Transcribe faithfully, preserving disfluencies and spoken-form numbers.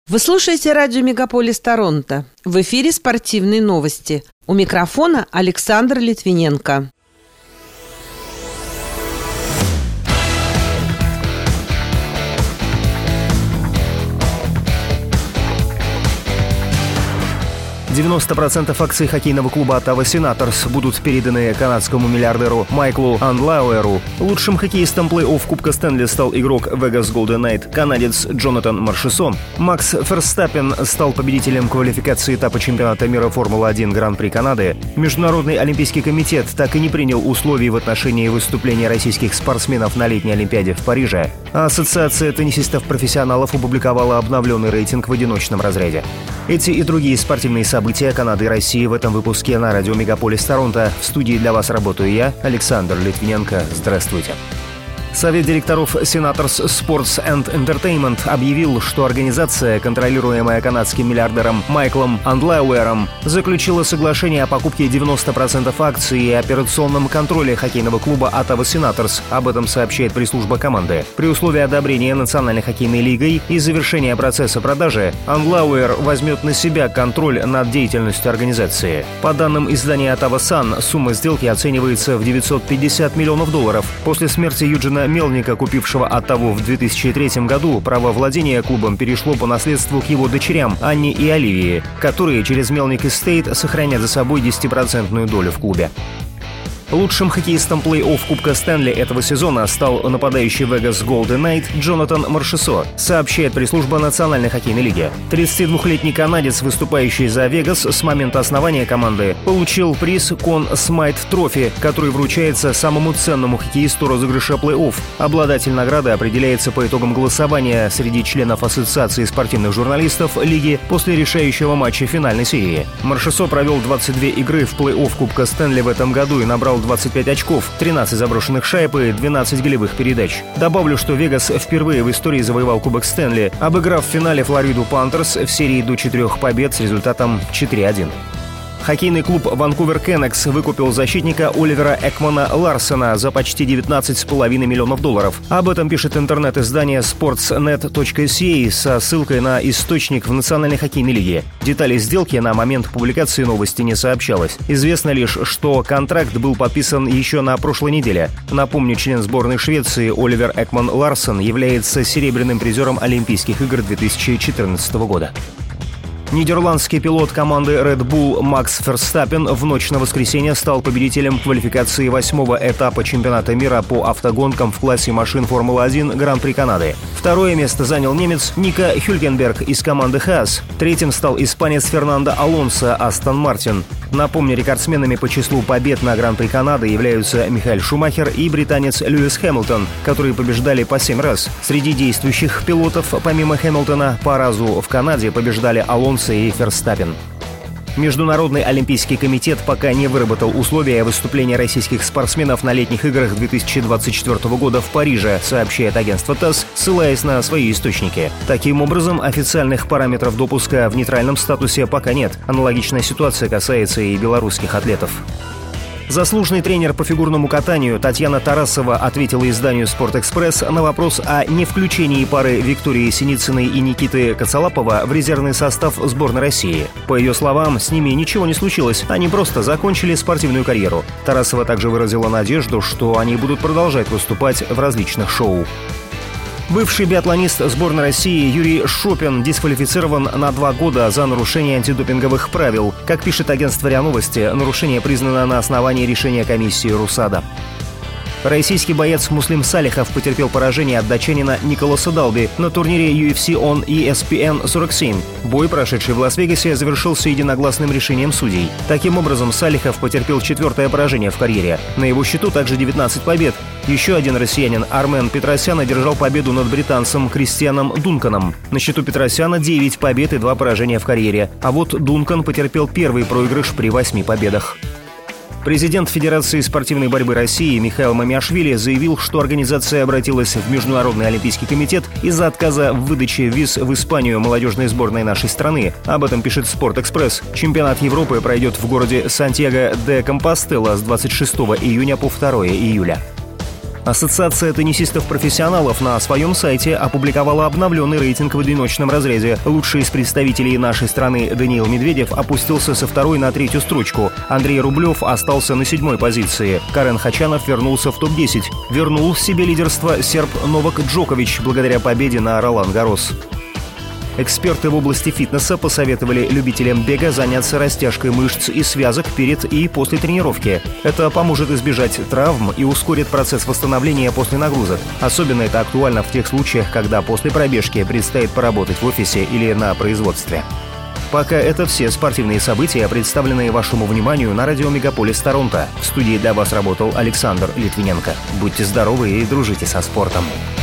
Вы слушаете радио «Мегаполис Торонто». В эфире спортивные новости. У микрофона Александр Литвиненко. девяносто процентов акций хоккейного клуба «Оттава Сенаторс» будут переданы канадскому миллиардеру Майклу Андлауэру. Лучшим хоккеистом плей-офф Кубка Стэнли стал игрок Vegas Golden Knight, канадец Джонатан Маршисо. Макс Ферстаппен стал победителем квалификации этапа чемпионата мира Формулы-один Гран-при Канады. Международный олимпийский комитет так и не принял условий в отношении выступления российских спортсменов на летней Олимпиаде в Париже. А Ассоциация теннисистов-профессионалов опубликовала обновленный рейтинг в одиночном разряде. Эти и другие спортивные события Канады и России в этом выпуске на радио «Мегаполис Торонто». В студии для вас работаю я, Александр Литвиненко. Здравствуйте. Совет директоров Senators Sports and Entertainment объявил, что организация, контролируемая канадским миллиардером Майклом Андлауэром, заключила соглашение о покупке девяноста процентов акций и операционном контроле хоккейного клуба «Оттава Сенаторс». Об этом сообщает пресс-служба команды. При условии одобрения Национальной хоккейной лигой и завершения процесса продажи, Андлауэр возьмет на себя контроль над деятельностью организации. По данным издания «Оттава Сан», сумма сделки оценивается в девятьсот пятьдесят миллионов долларов. После смерти Юджина Мелника, купившего «Оттаву» в две тысячи третьем году, право владения клубом перешло по наследству к его дочерям Анне и Оливии, которые через Мелник Эстейт сохранят за собой десятипроцентную долю в клубе. Лучшим хоккеистом плей-офф Кубка Стэнли этого сезона стал нападающий Vegas Golden Knight Джонатан Маршисо, сообщает пресс-служба Национальной хоккейной лиги. тридцатидвухлетний канадец, выступающий за Вегас с момента основания команды, получил приз Conn Smythe Trophy, который вручается самому ценному хоккеисту розыгрыша плей-офф. Обладатель награды определяется по итогам голосования среди членов Ассоциации спортивных журналистов лиги после решающего матча финальной серии. Маршисо провел двадцать две игры в плей-офф Кубка Стэнли в этом году и набрал двадцать пять очков, тринадцать заброшенных шайб и двенадцать голевых передач. Добавлю, что Вегас впервые в истории завоевал Кубок Стэнли, обыграв в финале Флориду Пантерс в серии до четырех побед с результатом четыре один. Хоккейный клуб Ванкувер Кеннекс выкупил защитника Оливера Экмана Ларсена за почти девятнадцать с половиной миллионов долларов. Об этом пишет интернет-издание sportsnet точка си эй со ссылкой на источник в Национальной хоккейной лиге. Детали сделки на момент публикации новости не сообщалось. Известно лишь, что контракт был подписан еще на прошлой неделе. Напомню, член сборной Швеции Оливер Экман Ларсен является серебряным призером Олимпийских игр две тысячи четырнадцатого года. Нидерландский пилот команды Red Bull Макс Ферстаппен в ночь на воскресенье стал победителем квалификации восьмого этапа чемпионата мира по автогонкам в классе машин Формулы-один Гран-при Канады. Второе место занял немец Ника Хюлькенберг из команды Haas. Третьим стал испанец Фернандо Алонсо Астон Мартин. Напомню, рекордсменами по числу побед на Гран-при Канады являются Михаэль Шумахер и британец Льюис Хэмилтон, которые побеждали по семь раз. Среди действующих пилотов, помимо Хэмилтона, по разу в Канаде побеждали Алонсо и Ферстаппен. Международный олимпийский комитет пока не выработал условия выступления российских спортсменов на летних играх две тысячи двадцать четвёртого года в Париже, сообщает агентство ТАСС, ссылаясь на свои источники. Таким образом, официальных параметров допуска в нейтральном статусе пока нет. Аналогичная ситуация касается и белорусских атлетов. Заслуженный тренер по фигурному катанию Татьяна Тарасова ответила изданию «Спортэкспресс» на вопрос о невключении пары Виктории Синицыной и Никиты Коцалапова в резервный состав сборной России. По ее словам, с ними ничего не случилось, они просто закончили спортивную карьеру. Тарасова также выразила надежду, что они будут продолжать выступать в различных шоу. Бывший биатлонист сборной России Юрий Шопин дисквалифицирован на два года за нарушение антидопинговых правил. Как пишет агентство РИА Новости, нарушение признано на основании решения комиссии РУСАДА. Российский боец Муслим Салихов потерпел поражение от датчанина Николаса Далби на турнире ю эф си он и эс пи эн сорок семь. Бой, прошедший в Лас-Вегасе, завершился единогласным решением судей. Таким образом, Салихов потерпел четвертое поражение в карьере. На его счету также девятнадцать побед. Еще один россиянин Армен Петросян одержал победу над британцем Кристианом Дунканом. На счету Петросяна девять побед и два поражения в карьере. А вот Дункан потерпел первый проигрыш при восьми победах. Президент Федерации спортивной борьбы России Михаил Мамиашвили заявил, что организация обратилась в Международный олимпийский комитет из-за отказа в выдаче виз в Испанию молодежной сборной нашей страны. Об этом пишет «Спортэкспресс». Чемпионат Европы пройдет в городе Сантьяго де Компостела с двадцать шестого июня по второго июля. Ассоциация теннисистов-профессионалов на своем сайте опубликовала обновленный рейтинг в одиночном разряде. Лучший из представителей нашей страны Даниил Медведев опустился со второй на третью строчку. Андрей Рублев остался на седьмой позиции. Карен Хачанов вернулся в топ десять. Вернул себе лидерство серб Новак Джокович благодаря победе на Ролан-Гаррос. Эксперты в области фитнеса посоветовали любителям бега заняться растяжкой мышц и связок перед и после тренировки. Это поможет избежать травм и ускорит процесс восстановления после нагрузок. Особенно это актуально в тех случаях, когда после пробежки предстоит поработать в офисе или на производстве. Пока это все спортивные события, представленные вашему вниманию на радио Мегаполис Торонто. В студии для вас работал Александр Литвиненко. Будьте здоровы и дружите со спортом.